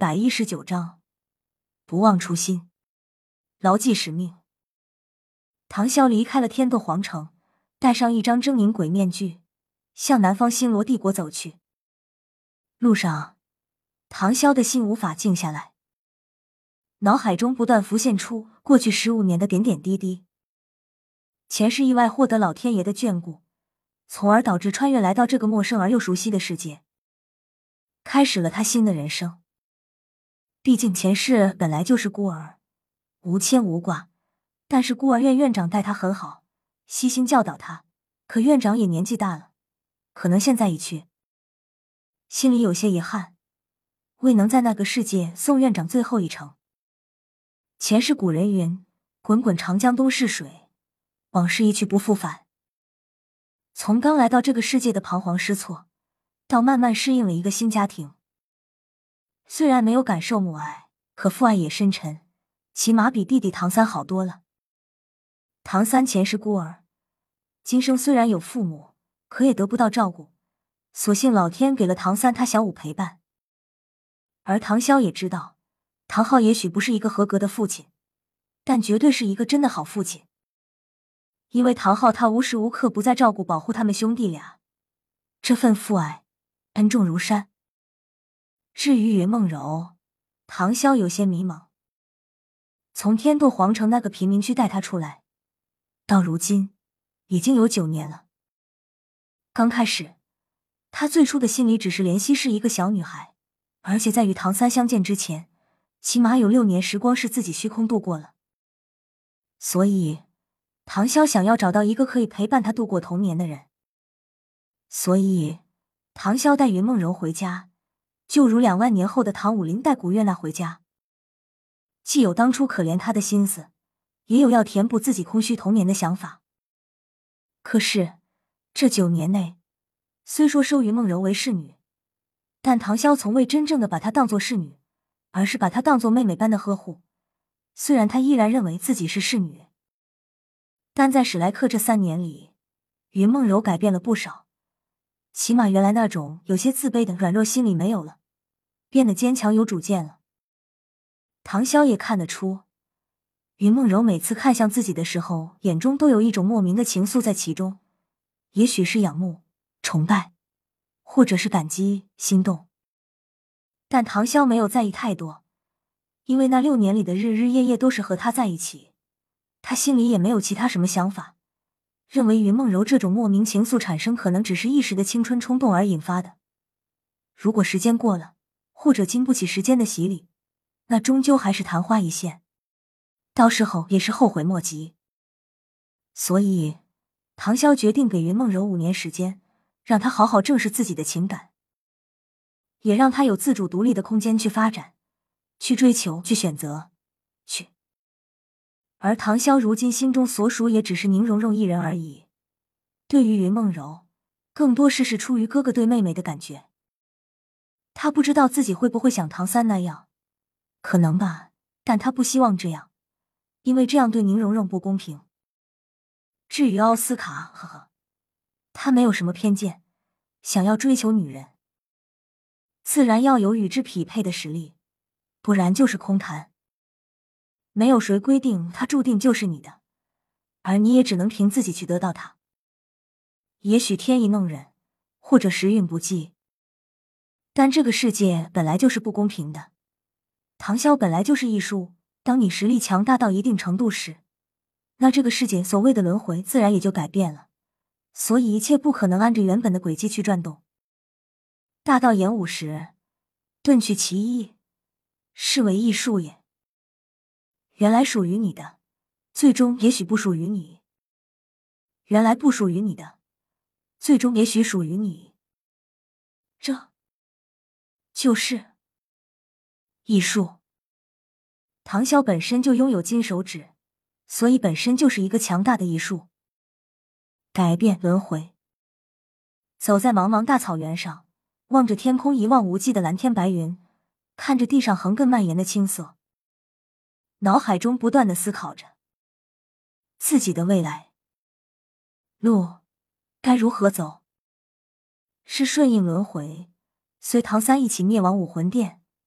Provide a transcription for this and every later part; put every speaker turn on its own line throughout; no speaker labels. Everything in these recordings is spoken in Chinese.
119章，不忘初心，牢记使命。唐潇离开了天斗皇城，戴上一张狰狞鬼面具，向南方星罗帝国走去。路上，唐潇的心无法静下来，脑海中不断浮现出过去15年的点点滴滴。前世意外获得老天爷的眷顾，从而导致穿越来到这个陌生而又熟悉的世界，开始了他新的人生。毕竟前世本来就是孤儿，无牵无挂，但是孤儿院院长待他很好，悉心教导他，可院长也年纪大了，可能现在已去，心里有些遗憾，未能在那个世界送院长最后一程。前世古人云，滚滚长江东逝水，往事一去不复返。从刚来到这个世界的彷徨失措，到慢慢适应了一个新家庭，虽然没有感受母爱，可父爱也深沉，起码比弟弟唐三好多了。唐三前世孤儿，今生虽然有父母，可也得不到照顾，所幸老天给了唐三他小五陪伴。而唐潇也知道，唐昊也许不是一个合格的父亲，但绝对是一个真的好父亲。因为唐昊他无时无刻不在照顾保护他们兄弟俩，这份父爱恩重如山。至于云梦柔，唐潇有些迷茫。从天斗皇城那个贫民区带他出来，到如今已经有9年了。刚开始，他最初的心里只是怜惜是一个小女孩，而且在与唐三相见之前，起码有6年时光是自己虚空度过了。所以唐潇想要找到一个可以陪伴他度过童年的人。所以唐潇带云梦柔回家，就如2万年后的唐武林带古月娜回家，既有当初可怜他的心思，也有要填补自己空虚童年的想法。可是这9年内，虽说收云梦柔为侍女，但唐潇从未真正的把她当作侍女，而是把她当作妹妹般的呵护。虽然他依然认为自己是侍女，但在史莱克这3年里，云梦柔改变了不少，起码原来那种有些自卑的软弱心理没有了，变得坚强有主见了。唐潇也看得出，云梦柔每次看向自己的时候，眼中都有一种莫名的情愫在其中，也许是仰慕、崇拜，或者是感激、心动。但唐潇没有在意太多，因为那6年里的日日夜夜都是和他在一起，他心里也没有其他什么想法，认为云梦柔这种莫名情愫产生可能只是一时的青春冲动而引发的。如果时间过了，或者经不起时间的洗礼，那终究还是昙花一现，到时候也是后悔莫及。所以唐潇决定给云梦柔5年时间，让她好好正视自己的情感，也让她有自主独立的空间去发展，去追求，去选择，去。而唐潇如今心中所属也只是宁荣荣一人而已。对于云梦柔，更多是出于哥哥对妹妹的感觉。他不知道自己会不会像唐三那样，可能吧，但他不希望这样，因为这样对宁荣荣不公平。至于奥斯卡，呵呵，他没有什么偏见，想要追求女人，自然要有与之匹配的实力，不然就是空谈。没有谁规定他注定就是你的，而你也只能凭自己去得到他。也许天意弄人，或者时运不济，但这个世界本来就是不公平的。唐潇本来就是艺术，当你实力强大到一定程度时，那这个世界所谓的轮回自然也就改变了，所以一切不可能按着原本的轨迹去转动。大道演武时，遁去其意，是为艺术也。原来属于你的，最终也许不属于你；原来不属于你的，最终也许属于你。这就是艺术。唐潇本身就拥有金手指，所以本身就是一个强大的艺术。改变轮回。走在茫茫大草原上，望着天空一望无际的蓝天白云，看着地上横亘蔓延的青色，脑海中不断的思考着自己的未来路该如何走。是顺应轮回，随唐三一起灭亡武魂殿，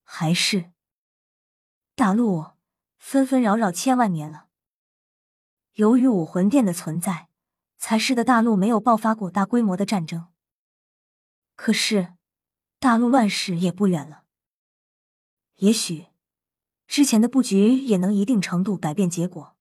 还是大陆纷纷扰扰千万年了。由于武魂殿的存在，才使得大陆没有爆发过大规模的战争。可是大陆乱世也不远了，也许之前的布局也能一定程度改变结果。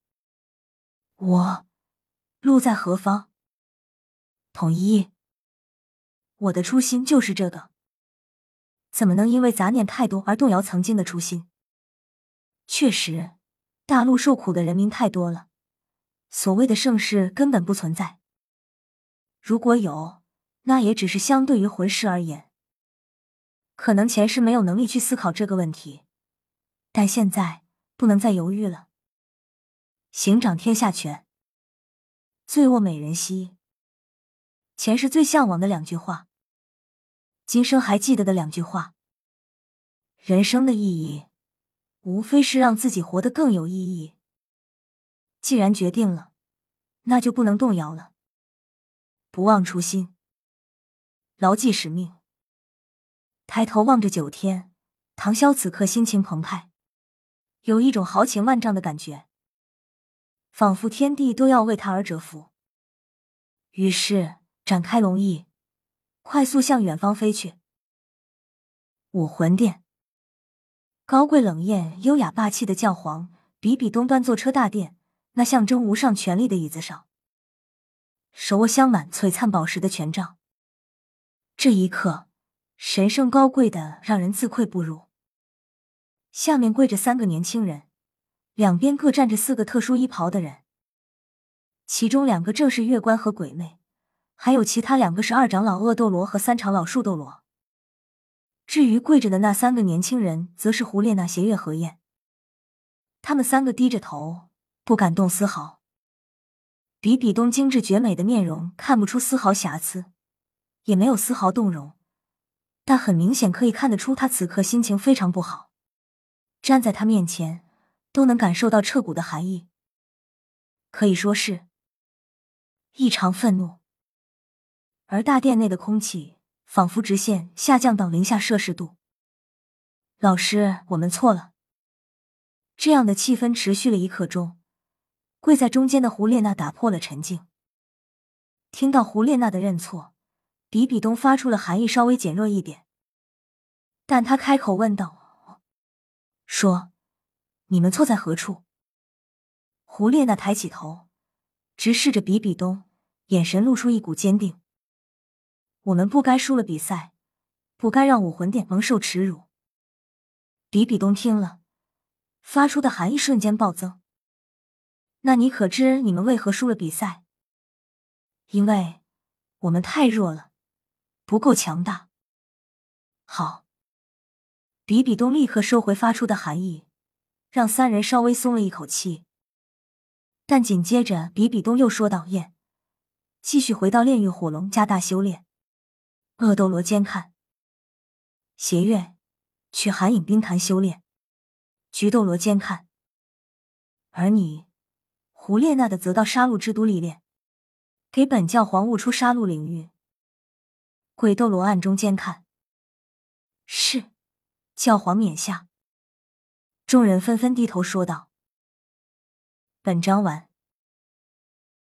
路在何方？统一。我的初心就是这个，怎么能因为杂念太多而动摇曾经的初心？确实，大陆受苦的人民太多了，所谓的盛世根本不存在。如果有，那也只是相对于魂师而言。可能前世没有能力去思考这个问题，但现在不能再犹豫了。行掌天下权，醉卧美人膝。前世最向往的2句话，今生还记得的2句话。人生的意义，无非是让自己活得更有意义。既然决定了，那就不能动摇了。不忘初心，牢记使命。抬头望着9天，唐潇此刻心情澎湃，有一种豪情万丈的感觉，仿佛天地都要为他而折服。于是展开龙翼，快速向远方飞去。武魂殿，高贵冷艳、优雅霸气的教皇比比东端坐车大殿，那象征无上权力的椅子上，手握镶满璀璨宝石的权杖。这一刻，神圣高贵的让人自愧不如。下面跪着3个年轻人，两边各站着4个特殊衣袍的人，其中2个正是月关和鬼魅，还有其他2个是2长老恶斗罗和3长老树斗罗。至于跪着的那3个年轻人，则是胡列娜、邪月和燕。他们3个低着头，不敢动丝毫。比比东精致绝美的面容看不出丝毫瑕疵，也没有丝毫动容，但很明显可以看得出他此刻心情非常不好。站在他面前，都能感受到彻骨的寒意，可以说是异常愤怒。而大殿内的空气仿佛直线下降到零下摄氏度。老师，我们错了。这样的气氛持续了1刻钟，跪在中间的胡列娜打破了沉静。听到胡列娜的认错，比比东发出了寒意稍微减弱一点，但他开口问道：“说，你们错在何处？”胡列娜抬起头，直视着比比东，眼神露出一股坚定。我们不该输了比赛，不该让武魂殿蒙受耻辱。比比东听了，发出的寒意瞬间暴增。那你可知你们为何输了比赛？因为我们太弱了，不够强大。好。比比东立刻收回发出的寒意，让3人稍微松了一口气。但紧接着比比东又说道：“燕，继续回到炼狱火龙加大修炼。恶斗罗监看。邪月，去寒影冰潭修炼。菊斗罗监看。而你，胡列娜的则到杀戮之都历练，给本教皇悟出杀戮领域。鬼斗罗暗中监看。”是。教皇冕下，众人纷纷低头说道。本章完。